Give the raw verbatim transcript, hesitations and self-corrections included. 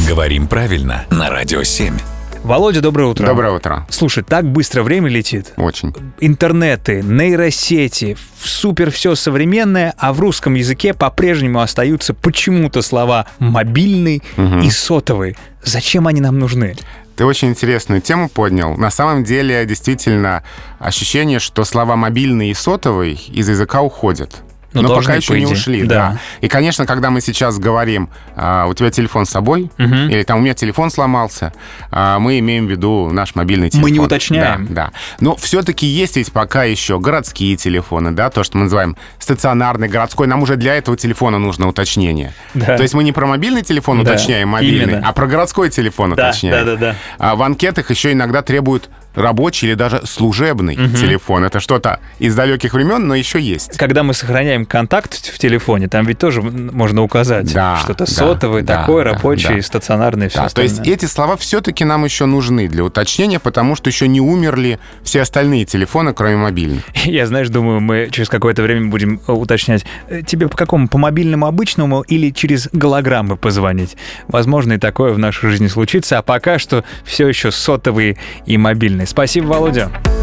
Говорим правильно на Радио семь. Володя, доброе утро. Доброе утро. Слушай, так быстро время летит. Очень. Интернеты, нейросети, супер все современное, а в русском языке по-прежнему остаются почему-то слова «мобильный» Угу. и «сотовый». Зачем они нам нужны? Ты очень интересную тему поднял. На самом деле, действительно, ощущение, что слова «мобильный» и «сотовый» из языка уходят. Ну, Но должны, пока еще по не идее. ушли, Да. да. И, конечно, когда мы сейчас говорим, а, у тебя телефон с собой, Угу. или там у меня телефон сломался, а, мы имеем в виду наш мобильный телефон. Мы не уточняем. Да, да. Но все-таки есть ведь пока еще городские телефоны, да, то, что мы называем стационарный, городской. Нам уже для этого телефона нужно уточнение. Да. То есть мы не про мобильный телефон Да, уточняем, мобильный, именно. а про городской телефон Да, уточняем. да, да, да. А в анкетах еще иногда требуют рабочий или даже служебный Угу. телефон. Это что-то из далеких времен, но еще есть. Когда мы сохраняем контакт в телефоне, там ведь тоже можно указать Да, что-то да, сотовый, да, такой, да, рабочий, да. стационарный, все Да, то остальное. есть эти слова все-таки нам еще нужны для уточнения, потому что еще не умерли все остальные телефоны, кроме мобильных. Я, знаешь, думаю, мы через какое-то время будем уточнять, э, тебе по какому, по мобильному обычному или через голограммы позвонить. Возможно, и такое в нашей жизни случится, а пока что все еще сотовые и мобильные. Спасибо, Володя.